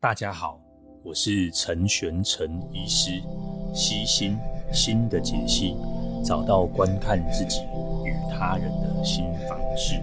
大家好，我是陈玄陈医师，析心，心的解析，找到观看自己与他人的新方式。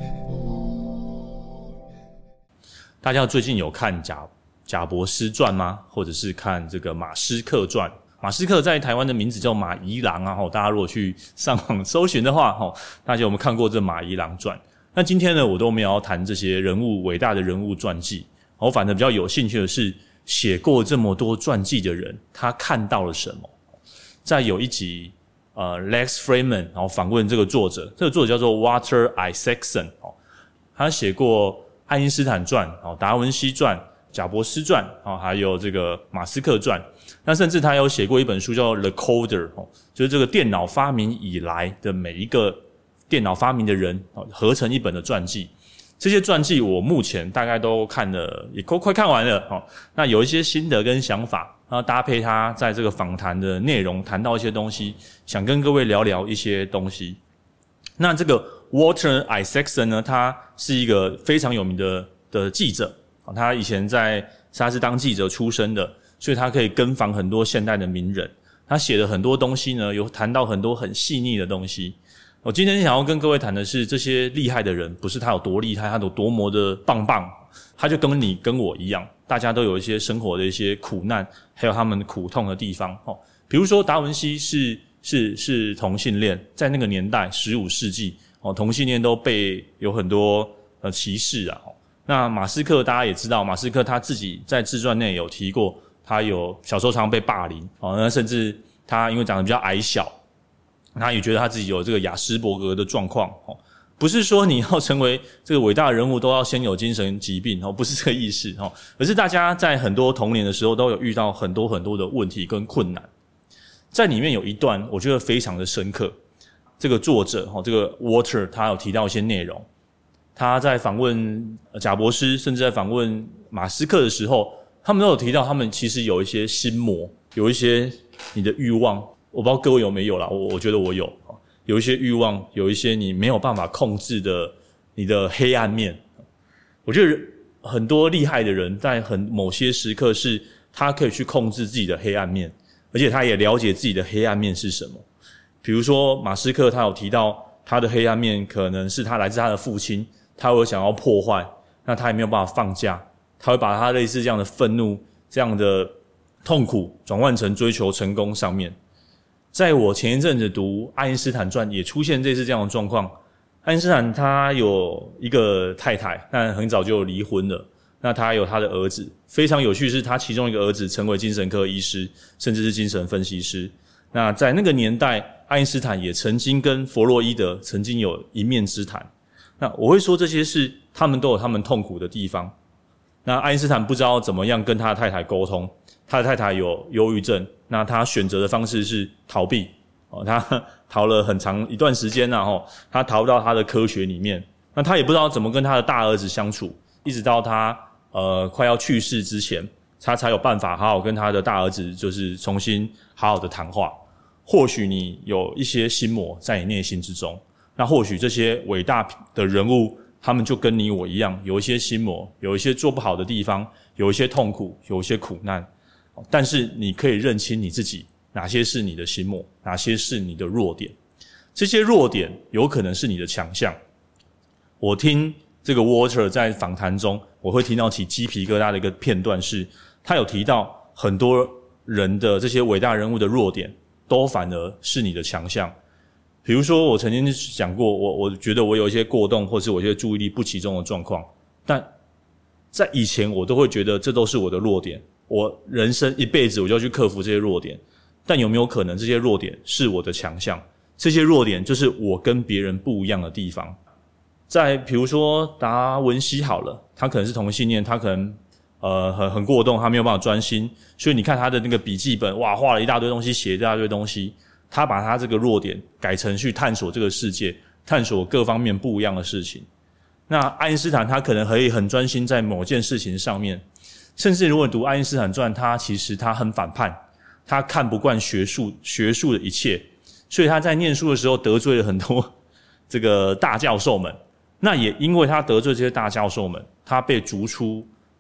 大家最近有看贾伯斯传吗？或者是看这个马斯克传？马斯克在台湾的名字叫马宜郎啊，大家如果去上网搜寻的话，大家有没有看过这马宜郎传？那今天呢，我都没有要谈这些伟大的人物传记，我反正比较有兴趣的是写过这么多传记的人，他看到了什么？在有一集Lex Fridman 然后访问这个作者，这个作者叫做 Walter Isaacson， 他写过爱因斯坦传、达文西传、贾伯斯传，还有这个马斯克传。那甚至他有写过一本书叫 The Coder， 就是这个电脑发明以来的每一个电脑发明的人合成一本的传记。这些传记我目前大概都看了，也快看完了。那有一些心得跟想法，然后搭配他在这个访谈的内容谈到一些东西，想跟各位聊聊一些东西。那这个 Walter Isaacson 呢，他是一个非常有名的记者，他以前他是当记者出身的，所以他可以跟访很多现代的名人。他写的很多东西呢，有谈到很多很细腻的东西。我今天想要跟各位谈的是，这些厉害的人不是他有多厉害，他有多么的棒，他就跟你跟我一样，大家都有一些生活的一些苦难，还有他们苦痛的地方。比如说达文西是同性恋，在那个年代15世纪同性恋都被有很多歧视啊。那马斯克大家也知道，马斯克他自己在自传内有提过，他有小时候常常被霸凌，那甚至他因为长得比较矮小，他也觉得他自己有这个亚斯伯格的状况。不是说你要成为这个伟大的人物都要先有精神疾病，不是这个意思，而是大家在很多童年的时候都有遇到很多很多的问题跟困难。在里面有一段我觉得非常的深刻，这个作者这个 Walter 他有提到一些内容，他在访问贾伯斯甚至在访问马斯克的时候，他们都有提到他们其实有一些心魔，有一些你的欲望，我不知道各位有没有啦，我觉得我有一些欲望，有一些你没有办法控制的你的黑暗面。我觉得很多厉害的人在某些时刻是他可以去控制自己的黑暗面，而且他也了解自己的黑暗面是什么。比如说马斯克他有提到他的黑暗面可能是他来自他的父亲，他会想要破坏，那他也没有办法放假，他会把他类似这样的愤怒这样的痛苦转换成追求成功上面。在我前一阵子读爱因斯坦传也出现类似这样的状况。爱因斯坦他有一个太太，但很早就离婚了，那他有他的儿子，非常有趣是他其中一个儿子成为精神科医师，甚至是精神分析师。那在那个年代，爱因斯坦也曾经跟弗洛伊德曾经有一面之谈。那我会说这些事他们都有他们痛苦的地方。那爱因斯坦不知道怎么样跟他的太太沟通，他的太太有忧郁症，那他选择的方式是逃避，他逃了很长一段时间他逃到他的科学里面，那他也不知道怎么跟他的大儿子相处，一直到他快要去世之前，他才有办法好好跟他的大儿子就是重新好好的谈话。或许你有一些心魔在你内心之中，那或许这些伟大的人物他们就跟你我一样，有一些心魔，有一些做不好的地方，有一些痛苦，有一些苦难，但是你可以认清你自己，哪些是你的心魔，哪些是你的弱点。这些弱点有可能是你的强项。我听这个 Walter 在访谈中，我会听到起鸡皮疙瘩的一个片段是，他有提到很多人的这些伟大人物的弱点都反而是你的强项。比如说我曾经讲过，我觉得我有一些过动，或是我一些注意力不集中的状况，但在以前我都会觉得这都是我的弱点，我人生一辈子我就要去克服这些弱点。但有没有可能这些弱点是我的强项？这些弱点就是我跟别人不一样的地方。在比如说达文西好了，他可能是同性恋，他可能很过动，他没有办法专心，所以你看他的那个笔记本，哇，画了一大堆东西，写一大堆东西，他把他这个弱点改成去探索这个世界，探索各方面不一样的事情。那爱因斯坦他可能可以很专心在某件事情上面，甚至如果读爱因斯坦传，他其实他很反叛，他看不惯学术的一切，所以他在念书的时候得罪了很多这个大教授们。那也因为他得罪这些大教授们，他被逐出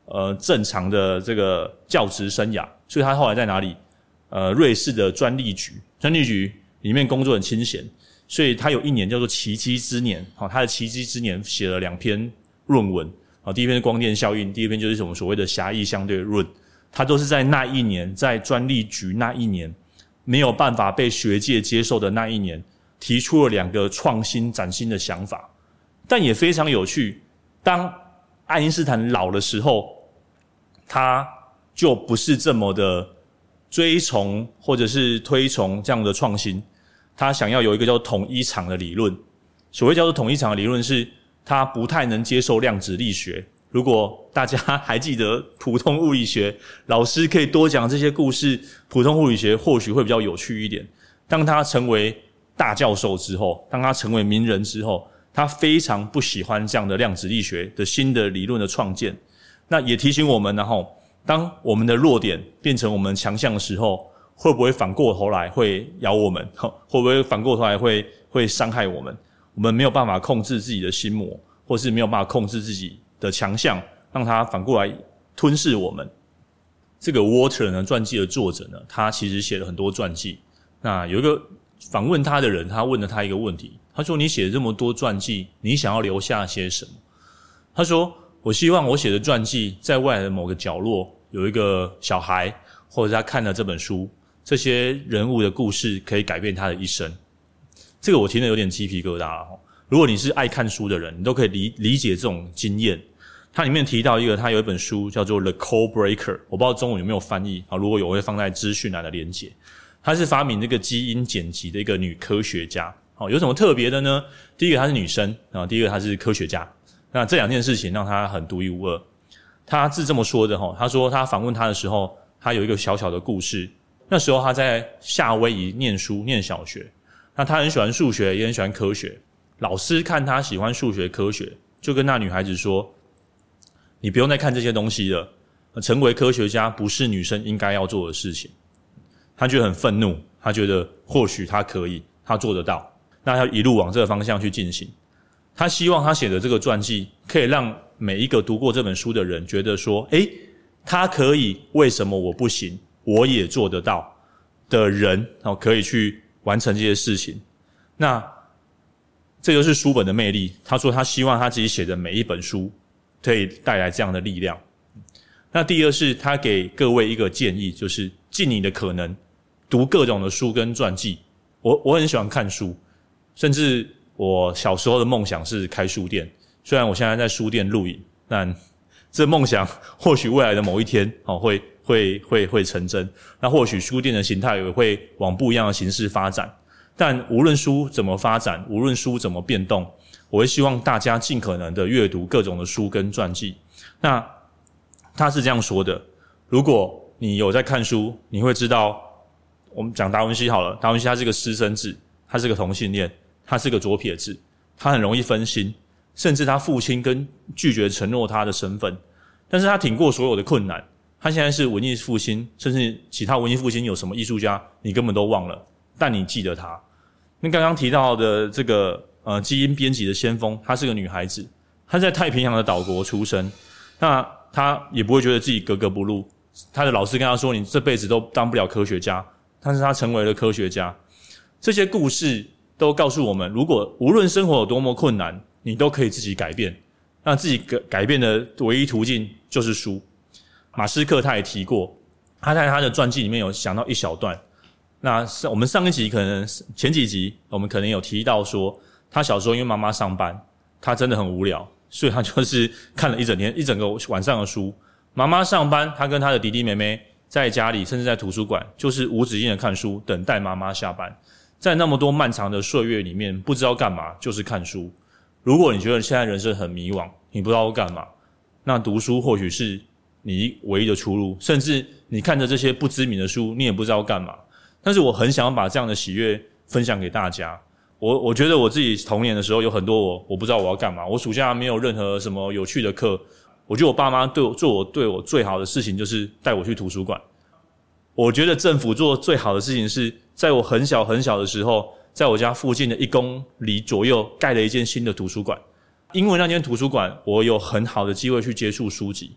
正常的这个教职生涯，所以他后来在哪里？瑞士的专利局里面工作很清闲，所以他有一年叫做奇迹之年，他的奇迹之年写了2篇论文，第一篇是光电效应，第二篇就是我们所谓的狭义相对论，他都是在那一年，在专利局那一年没有办法被学界接受的那一年，提出了2个创新崭新的想法。但也非常有趣，当爱因斯坦老的时候，他就不是这么的追崇或者是推崇这样的创新，他想要有一个叫统一场的理论。所谓叫做统一场的理论是他不太能接受量子力学。如果大家还记得普通物理学，老师可以多讲这些故事，普通物理学或许会比较有趣一点。当他成为大教授之后，当他成为名人之后，他非常不喜欢这样的量子力学的新的理论的创建。那也提醒我们，然后当我们的弱点变成我们强项的时候，会不会反过头来会咬我们？会不会反过头来会伤害我们？我们没有办法控制自己的心魔，或是没有办法控制自己的强项，让它反过来吞噬我们。这个 Water 呢，传记的作者呢，他其实写了很多传记。那有一个访问他的人，他问了他一个问题，他说：“你写了这么多传记，你想要留下些什么？”他说：“我希望我写的传记在未来的某个角落有一个小孩，或者他看了这本书，这些人物的故事可以改变他的一生。”这个我听得有点鸡皮疙瘩了。如果你是爱看书的人，你都可以理解这种经验。它里面提到他有一本书叫做 The Code Breaker， 我不知道中文有没有翻译，如果有我会放在资讯栏的连结。她是发明这个基因剪辑的一个女科学家。有什么特别的呢？第一个她是女生，第一个她是科学家。那这2件事情让她很独一无二。她是这么说的，她说她访问她的时候，她有一个小小的故事。那时候她在夏威夷念书，念小学。那她很喜欢数学，也很喜欢科学。老师看她喜欢数学科学，就跟那女孩子说：“你不用再看这些东西了，成为科学家不是女生应该要做的事情。”她觉得很愤怒，她觉得或许她可以，她做得到。那她一路往这个方向去进行。她希望她写的这个传记可以让每一个读过这本书的人觉得说：“她可以，为什么我不行？我也做得到的人，可以去完成这些事情。”那这就是书本的魅力。他说他希望他自己写的每一本书可以带来这样的力量。那第二是他给各位一个建议，就是尽你的可能读各种的书跟传记。我很喜欢看书，甚至我小时候的梦想是开书店。虽然我现在在书店录影，但这梦想或许未来的某一天会成真。那或许书店的形态也会往不一样的形式发展。但无论书怎么发展，无论书怎么变动，我会希望大家尽可能的阅读各种的书跟传记。那他是这样说的：如果你有在看书，你会知道，我们讲达文西好了，达文西他是个私生子，他是个同性恋，他是个左撇子，他很容易分心，甚至他父亲跟拒绝承诺他的身份，但是他挺过所有的困难。他现在是文艺复兴，甚至其他文艺复兴有什么艺术家，你根本都忘了，但你记得他。那刚刚提到的这个基因编辑的先锋，她是个女孩子，她在太平洋的岛国出生，那她也不会觉得自己格格不入。她的老师跟她说：“你这辈子都当不了科学家。”但是她成为了科学家。这些故事都告诉我们，如果无论生活有多么困难，你都可以自己改变。那自己改变的唯一途径就是书。马斯克他也提过，他在他的传记里面有讲到一小段。那我们上一集可能前几集我们可能有提到说，他小时候因为妈妈上班，他真的很无聊，所以他就是看了一整个晚上的书。妈妈上班，他跟他的弟弟妹妹在家里，甚至在图书馆，就是无止境的看书，等待妈妈下班。在那么多漫长的岁月里面，不知道干嘛，就是看书。如果你觉得现在人生很迷惘，你不知道要干嘛，那读书或许是你唯一的出路。甚至你看着这些不知名的书，你也不知道要干嘛。但是我很想要把这样的喜悦分享给大家。我觉得我自己童年的时候有很多我不知道我要干嘛。我暑假没有任何什么有趣的课，我觉得我爸妈对我最好的事情就是带我去图书馆。我觉得政府做最好的事情是在我很小很小的时候，在我家附近的1公里左右盖了一间新的图书馆。因为那间图书馆，我有很好的机会去接触书籍。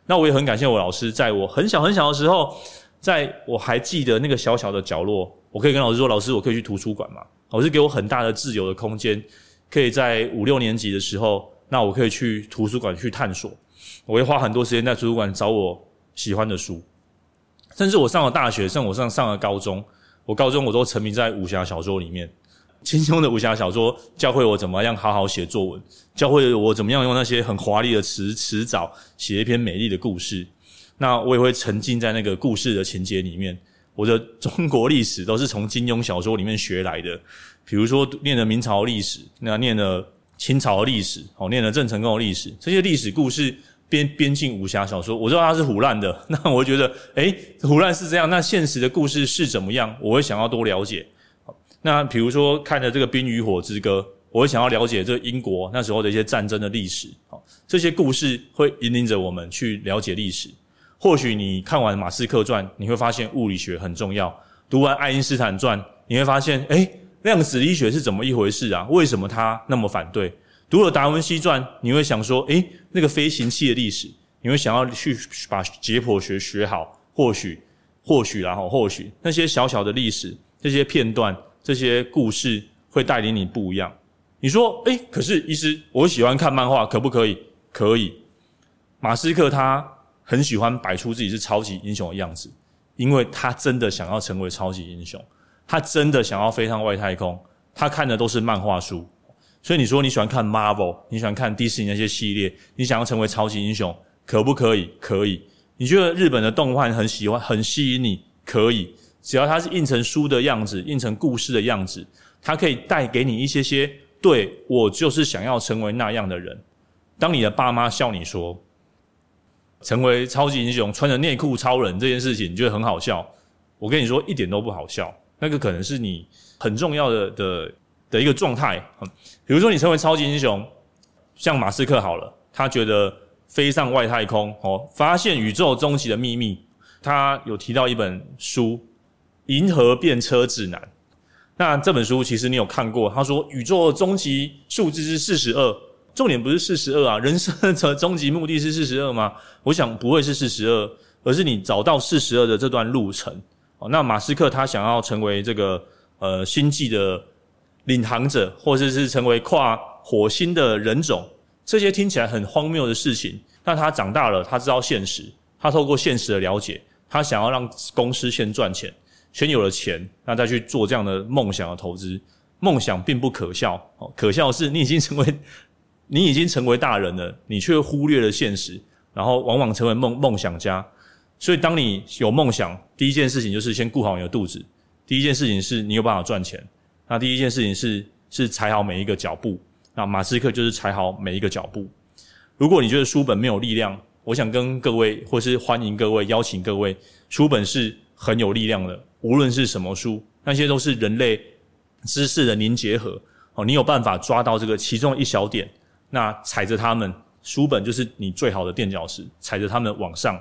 那我也很感谢我老师，在我很小很小的时候，在我还记得那个小小的角落，我可以跟老师说，老师我可以去图书馆嘛？老师给我很大的自由的空间，可以在5、6年级的时候，那我可以去图书馆去探索，我会花很多时间在图书馆找我喜欢的书。甚至我上了大学，甚至我上了高中，我高中我都沉迷在武侠小说里面。轻松的武侠小说教会我怎么样好好写作文，教会我怎么样用那些很华丽的词藻写一篇美丽的故事。那我也会沉浸在那个故事的情节里面。我的中国历史都是从金庸小说里面学来的，比如说念了明朝历史，那念了清朝的历史，念了郑成功的历史，这些历史故事编进武侠小说，我知道它是唬烂的，那我会觉得唬烂是这样，那现实的故事是怎么样，我会想要多了解。那比如说看了这个《冰与火之歌》，我会想要了解这个英国那时候的一些战争的历史，这些故事会引领着我们去了解历史。或许你看完马斯克传，你会发现物理学很重要；读完爱因斯坦传，你会发现量子力学是怎么一回事啊？为什么他那么反对？读了达文西传，你会想说那个飞行器的历史，你会想要去把解剖学学好。或许那些小小的历史，这些片段，这些故事会带领你不一样。你说可是医师我喜欢看漫画，可不可以？可以。马斯克他很喜欢摆出自己是超级英雄的样子，因为他真的想要成为超级英雄，他真的想要飞上外太空，他看的都是漫画书。所以你说你喜欢看 Marvel， 你喜欢看迪士尼那些系列，你想要成为超级英雄，可不可以？可以。你觉得日本的动漫很喜欢，很吸引你，可以。只要它是印成书的样子，印成故事的样子，它可以带给你一些对，我就是想要成为那样的人。当你的爸妈笑你说成为超级英雄穿着内裤超人这件事情你觉得很好笑，我跟你说一点都不好笑，那个可能是你很重要的一个状态。比如说你成为超级英雄，像马斯克好了，他觉得飞上外太空发现宇宙终极的秘密，他有提到一本书银河变车指南。那这本书其实你有看过，他说宇宙的终极数字是42，重点不是42啊，人生的终极目的是42吗？我想不会是42，而是你找到42的这段路程。那马斯克他想要成为这个星际的领航者，或者是成为跨火星的人种，这些听起来很荒谬的事情，但他长大了，他知道现实，他透过现实的了解，他想要让公司先赚钱，先有了钱，那再去做这样的梦想的投资。梦想并不可笑，可笑的是你已经成为大人了，你却忽略了现实，然后往往成为梦想家。所以当你有梦想，第一件事情就是先顾好你的肚子，第一件事情是你有办法赚钱，那第一件事情是踩好每一个脚步。那马斯克就是踩好每一个脚步。如果你觉得书本没有力量，我想跟各位或是欢迎各位邀请各位，书本是很有力量的，无论是什么书，那些都是人类知识的凝结核。你有办法抓到这个其中一小点，那踩着他们，书本就是你最好的垫脚石，踩着他们往上。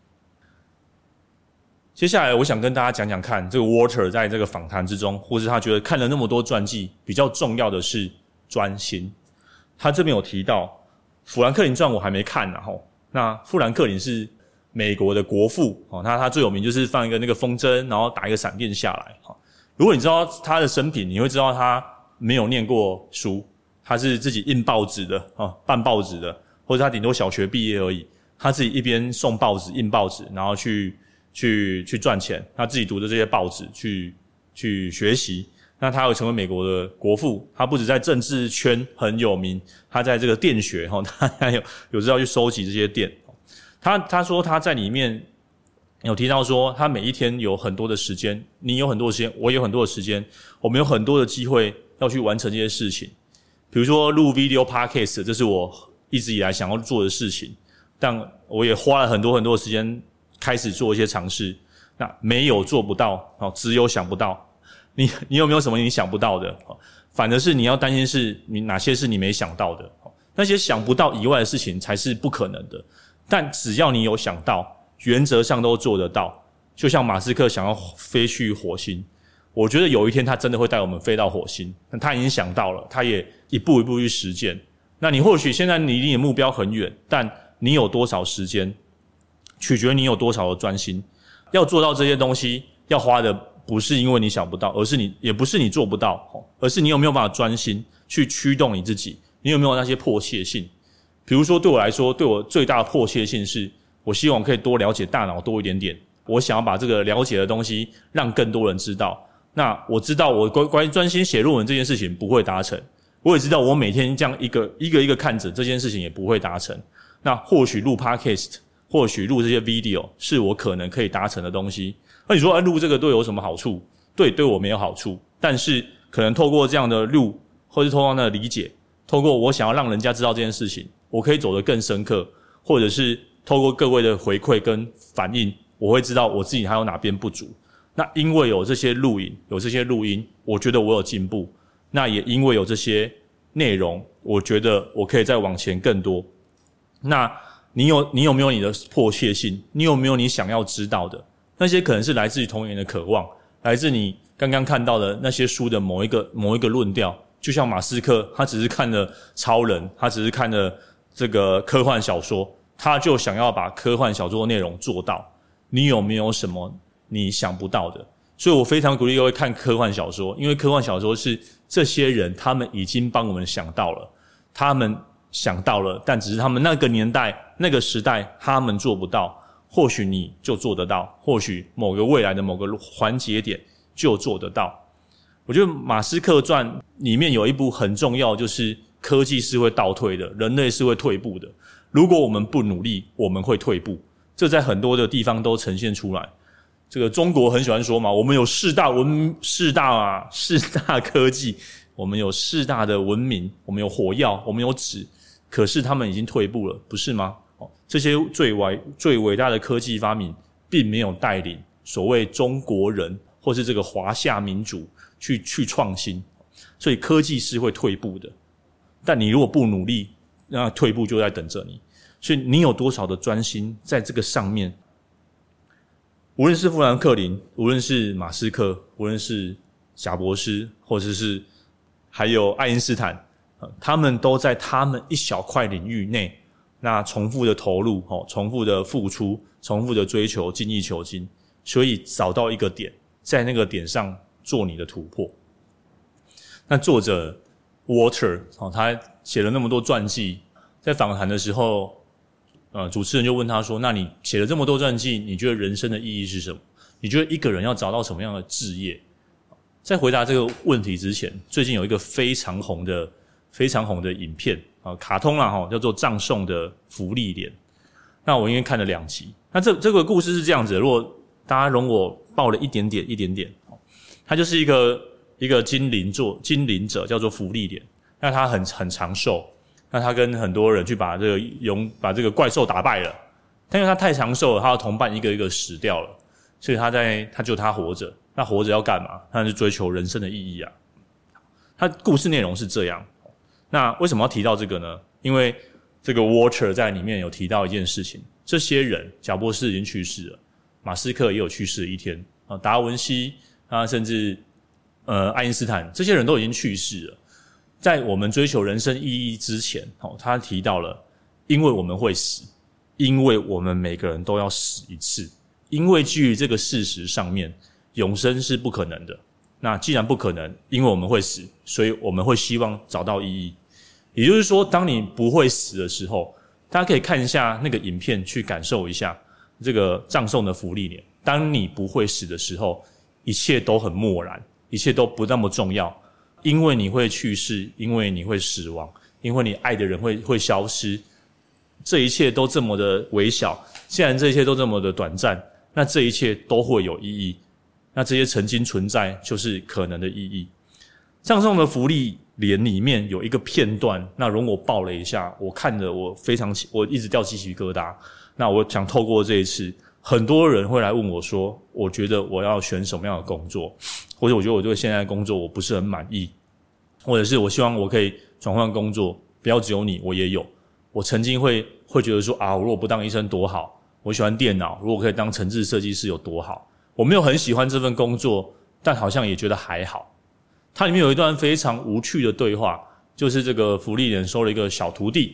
接下来我想跟大家讲讲看，这个 Walter 在这个访谈之中，或是他觉得看了那么多传记，比较重要的是专心。他这边有提到富兰克林传我还没看啊，那富兰克林是美国的国父，他最有名就是放一个那个风筝，然后打一个闪电下来。如果你知道他的生平，你会知道他没有念过书，他是自己印报纸的，办报纸的，或者他顶多小学毕业而已。他自己一边送报纸、印报纸，然后去赚钱，他自己读的这些报纸去学习。那他会成为美国的国父，他不止在政治圈很有名，他在这个电学他还有知道去收集这些电。他说他在里面有提到说，他每一天有很多的时间，你有很多的时间，我有很多的时间，我们有很多的机会要去完成这些事情。比如说录 video podcast， 这是我一直以来想要做的事情，但我也花了很多很多的时间开始做一些尝试。那没有做不到，只有想不到。你有没有什么你想不到的？反而是你要担心是你哪些是你没想到的，那些想不到以外的事情才是不可能的。但只要你有想到，原则上都做得到。就像马斯克想要飞去火星，我觉得有一天他真的会带我们飞到火星，他已经想到了，他也一步一步去实践。那你或许现在你离你的目标很远，但你有多少时间取决你有多少的专心。要做到这些东西，要花的不是因为你想不到，也不是你做不到，而是你有没有办法专心去驱动你自己，你有没有那些迫切性。比如说对我来说，对我最大的迫切性是，我希望可以多了解大脑多一点点，我想要把这个了解的东西让更多人知道。那我知道我关于专心写论文这件事情不会达成，我也知道我每天这样一个看着这件事情也不会达成。那或许录 podcast， 或许录这些 video 是我可能可以达成的东西。那你说录这个对我有什么好处？对我没有好处，但是可能透过这样的录，或是透过那个理解，透过我想要让人家知道这件事情，我可以走得更深刻，或者是透过各位的回馈跟反应，我会知道我自己还有哪边不足。那因为有这些录影，有这些录音，我觉得我有进步。那也因为有这些内容，我觉得我可以再往前更多。那你有没有你的迫切性？你有没有你想要知道的？那些可能是来自于童年的渴望，来自你刚刚看到的那些书的某一个论调。就像马斯克，他只是看了超人，他只是看了这个科幻小说，他就想要把科幻小说的内容做到。你有没有什么你想不到的？所以我非常鼓励各位看科幻小说，因为科幻小说是这些人他们已经帮我们想到了，他们想到了，但只是他们那个年代那个时代他们做不到，或许你就做得到，或许某个未来的某个环节点就做得到。我觉得马斯克传里面有一部很重要，就是科技是会倒退的，人类是会退步的。如果我们不努力，我们会退步。这在很多的地方都呈现出来。这个中国很喜欢说嘛，我们有四大科技，我们有4大的文明，我们有火药，我们有纸，可是他们已经退步了，不是吗？这些最伟大的科技发明并没有带领所谓中国人或是这个华夏民族去创新，所以科技是会退步的。但你如果不努力，那退步就在等着你。所以你有多少的专心在这个上面？无论是富兰克林，无论是马斯克，无论是贾博士，或者是还有爱因斯坦，他们都在他们一小块领域内，那重复的投入，重复的付出，重复的追求，精益求精，所以找到一个点，在那个点上做你的突破。那作者 Walter 他写了那么多传记，在访谈的时候主持人就问他说，那你写了这么多传记，你觉得人生的意义是什么？你觉得一个人要找到什么样的志业？在回答这个问题之前，最近有一个非常红的影片卡通啦叫做葬送的芙莉莲。那我因为看了2集，那这个故事是这样子的，如果大家容我爆了一点点，他就是一个精灵者叫做芙莉莲，那他很长寿。那他跟很多人去把这个怪兽打败了，但因为他太长寿了，他的同伴一个一个死掉了，所以他就他活着。那活着要干嘛？他就追求人生的意义啊。他故事内容是这样。那为什么要提到这个呢？因为这个 Walter 在里面有提到一件事情，这些人，贾博士已经去世了，马斯克也有去世的一天达文西甚至爱因斯坦，这些人都已经去世了。在我们追求人生意义之前，他提到了，因为我们会死，因为我们每个人都要死一次，因为基于这个事实上面，永生是不可能的。那既然不可能，因为我们会死，所以我们会希望找到意义。也就是说，当你不会死的时候，大家可以看一下那个影片，去感受一下这个葬送的芙莉莲。当你不会死的时候，一切都很漠然，一切都不那么重要。因为你会去世，因为你会死亡，因为你爱的人会消失，这一切都这么的微小，既然这一切都这么的短暂，那这一切都会有意义，那这些曾经存在就是可能的意义。葬送的芙莉莲里面有一个片段，那容我爆了一下，我看着我一直掉鸡皮疙瘩。那我想透过这一次，很多人会来问我说，我觉得我要选什么样的工作，或者我觉得我对现在的工作我不是很满意，或者是我希望我可以转换工作，不要只有你，我也有。我曾经会觉得说我如果不当医生多好，我喜欢电脑，如果可以当程式设计师有多好。我没有很喜欢这份工作，但好像也觉得还好。它里面有一段非常无趣的对话，就是这个芙莉莲收了一个小徒弟，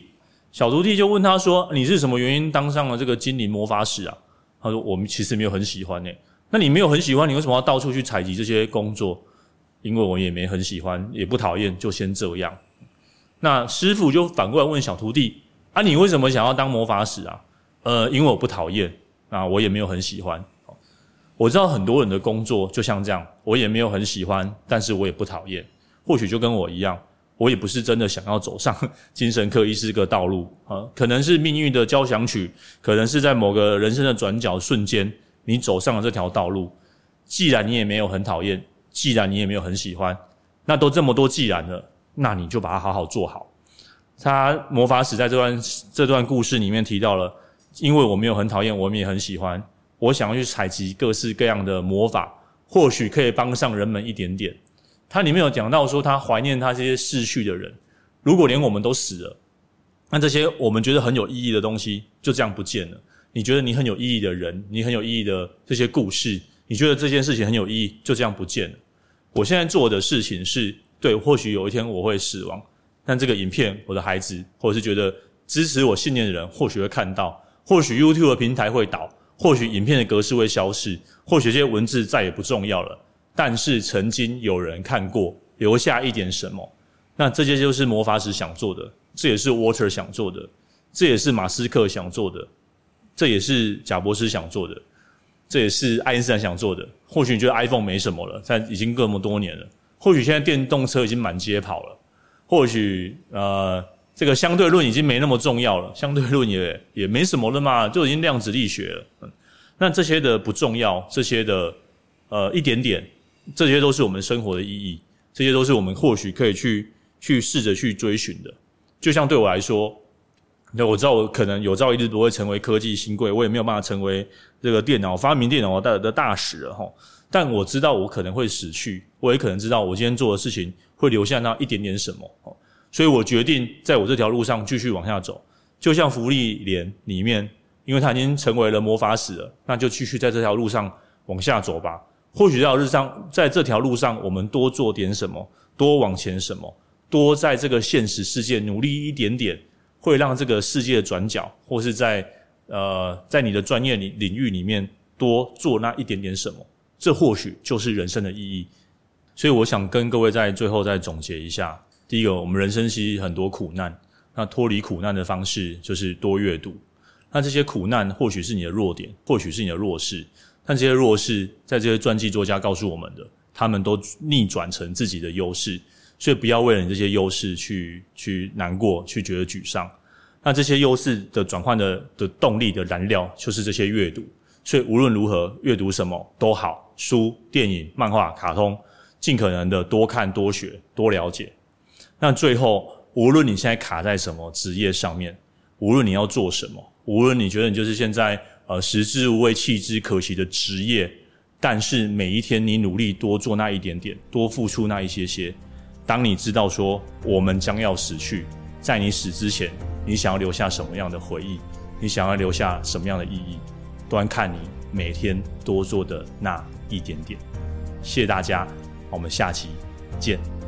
小徒弟就问他说：“你是什么原因当上了这个精灵魔法使啊？”他说：“我们其实没有很喜欢欸。”那你没有很喜欢，你为什么要到处去采集这些工作？因为我也没很喜欢，也不讨厌，就先这样。那师傅就反过来问小徒弟：“啊，你为什么想要当魔法使啊？”因为我不讨厌，啊，我也没有很喜欢。我知道很多人的工作就像这样，我也没有很喜欢，但是我也不讨厌。或许就跟我一样，我也不是真的想要走上精神科医师个道路啊，可能是命运的交响曲，可能是在某个人生的转角瞬间，你走上了这条道路。既然你也没有很讨厌，既然你也没有很喜欢，那都这么多既然了，那你就把它好好做好。他魔法使在这段故事里面提到了，因为我没有很讨厌，我们也很喜欢，我想要去采集各式各样的魔法，或许可以帮上人们一点点。他里面有讲到说，他怀念他这些逝去的人，如果连我们都死了，那这些我们觉得很有意义的东西就这样不见了。你觉得你很有意义的人，你很有意义的这些故事，你觉得这件事情很有意义，就这样不见了。我现在做的事情是，对，或许有一天我会死亡，但这个影片，我的孩子，或者是觉得支持我信念的人，或许会看到，或许 YouTube 的平台会倒，或许影片的格式会消失，或许这些文字再也不重要了，但是曾经有人看过，留下一点什么，那这些就是魔法使想做的，这也是 Walter 想做的，这也是马斯克想做的，这也是贾博士想做的，这也是爱因斯坦想做的。或许你觉得 iPhone 没什么了，但已经这么多年了，或许现在电动车已经满街跑了，或许这个相对论已经没那么重要了，相对论也没什么了嘛，就已经量子力学了。那这些的不重要，这些的一点点，这些都是我们生活的意义，这些都是我们或许可以去试着去追寻的。就像对我来说，我知道我可能有朝一日不会成为科技新贵，我也没有办法成为这个发明电脑的大使了齁。但我知道我可能会死去，我也可能知道我今天做的事情会留下那一点点什么齁。所以我决定在我这条路上继续往下走。就像芙莉莲里面，因为他已经成为了魔法使了，那就继续在这条路上往下走吧。或许在这条路上，我们多做点什么，多往前什么，多在这个现实世界努力一点点，会让这个世界的转角，或是在你的专业领域里面多做那一点点什么，这或许就是人生的意义。所以我想跟各位在最后再总结一下。第一个，我们人生其实很多苦难，那脱离苦难的方式就是多阅读。那这些苦难或许是你的弱点，或许是你的弱势，但这些弱势在这些传记作家告诉我们的，他们都逆转成自己的优势。所以不要为了你这些优势去难过，去觉得沮丧。那这些优势的转换的动力的燃料就是这些阅读。所以无论如何，阅读什么都好，书、电影、漫画、卡通，尽可能的多看、多学、多了解。那最后，无论你现在卡在什么职业上面，无论你要做什么，无论你觉得你就是现在食之无味弃之可惜的职业，但是每一天你努力多做那一点点，多付出那一些，当你知道说我们将要死去，在你死之前，你想要留下什么样的回忆，你想要留下什么样的意义，端看你每天多做的那一点点。谢谢大家，我们下期见。